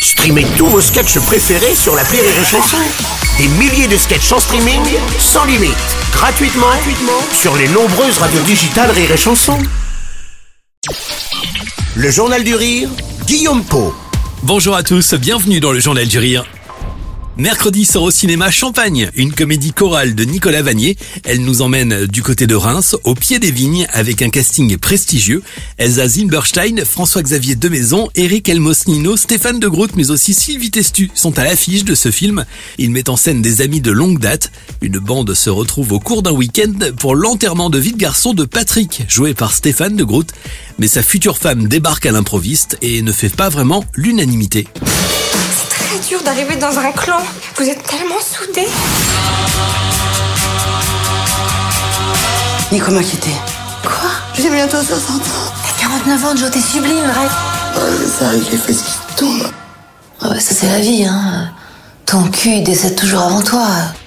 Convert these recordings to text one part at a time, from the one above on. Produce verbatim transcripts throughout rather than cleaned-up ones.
Streamez tous vos sketchs préférés sur l'appli Rire et Chanson. Des milliers de sketchs en streaming, sans limite, gratuitement, gratuitement sur les nombreuses radios digitales Rire et Chanson. Le Journal du Rire, Guillaume Pau. Bonjour à tous, bienvenue dans le Journal du Rire. Mercredi sort au cinéma Champagne, une comédie chorale de Nicolas Vanier. Elle nous emmène du côté de Reims, au pied des vignes, avec un casting prestigieux. Elsa Zilberstein, François-Xavier Demaison, Eric Elmosnino, Stéphane de Groot, mais aussi Sylvie Testu sont à l'affiche de ce film. Ils mettent en scène des amis de longue date. Une bande se retrouve au cours d'un week-end pour l'enterrement de vie de garçon de Patrick, joué par Stéphane de Groot. Mais sa future femme débarque à l'improviste et ne fait pas vraiment l'unanimité. C'est dur d'arriver dans un clan. Vous êtes tellement soudés. Nico m'a quitté. Quoi? J'ai bientôt soixante ans. T'as quarante-neuf ans, Joe, t'es sublime, arrête. Ouais, c'est ça, j'ai fait ce qui tombe. Ah bah ça c'est la vie, hein. Ton cul il décède toujours avant toi.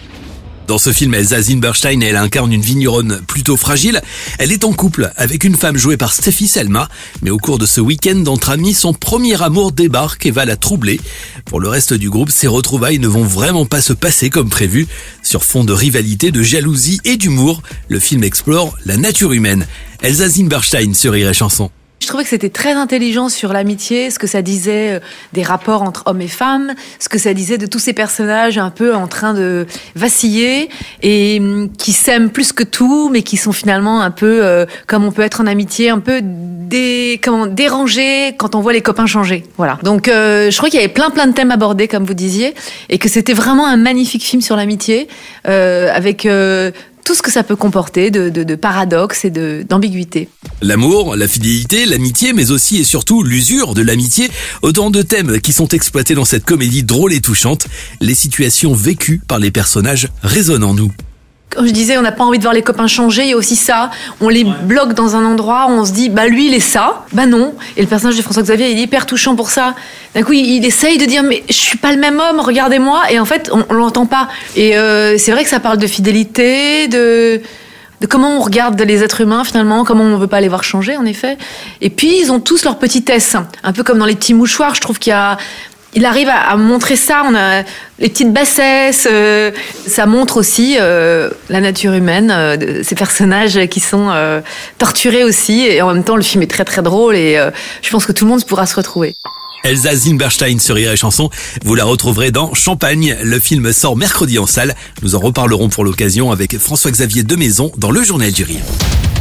Dans ce film, Elsa Zilberstein, elle incarne une vigneronne plutôt fragile. Elle est en couple avec une femme jouée par Stéphie Selma. Mais au cours de ce week-end entre amis, son premier amour débarque et va la troubler. Pour le reste du groupe, ces retrouvailles ne vont vraiment pas se passer comme prévu. Sur fond de rivalité, de jalousie et d'humour, le film explore la nature humaine. Elsa Zilberstein sur Rire et Chanson. Je trouvais que c'était très intelligent sur l'amitié, ce que ça disait des rapports entre hommes et femmes, ce que ça disait de tous ces personnages un peu en train de vaciller et qui s'aiment plus que tout, mais qui sont finalement un peu, euh, comme on peut être en amitié, un peu dé, comment, dérangés quand on voit les copains changer. Voilà. Donc euh, je crois qu'il y avait plein plein de thèmes abordés, comme vous disiez, et que c'était vraiment un magnifique film sur l'amitié, euh, avec... Euh, tout ce que ça peut comporter de, de, de paradoxes et de, d'ambiguïté. L'amour, la fidélité, l'amitié, mais aussi et surtout l'usure de l'amitié. Autant de thèmes qui sont exploités dans cette comédie drôle et touchante. Les situations vécues par les personnages résonnent en nous. Comme je disais, on n'a pas envie de voir les copains changer, il y a aussi ça. On les ouais. bloque dans un endroit où on se dit, bah lui il est ça, bah non. Et le personnage de François-Xavier, il est hyper touchant pour ça. D'un coup, il, il essaye de dire, mais je suis pas le même homme, regardez-moi. Et en fait, on, on l'entend pas. Et euh, c'est vrai que ça parle de fidélité, de, de comment on regarde les êtres humains finalement, comment on veut pas les voir changer en effet. Et puis, ils ont tous leur petitesse. Un peu comme dans Les Petits Mouchoirs, je trouve qu'il y a... Il arrive à, à montrer ça, on a les petites bassesses, euh, ça montre aussi euh, la nature humaine, euh, de ces personnages qui sont euh, torturés aussi, et en même temps le film est très très drôle et euh, je pense que tout le monde pourra se retrouver. Elsa Zilberstein sur Rire et Chanson, vous la retrouverez dans Champagne. Le film sort mercredi en salle, nous en reparlerons pour l'occasion avec François-Xavier Demaison dans le Journal du Rire.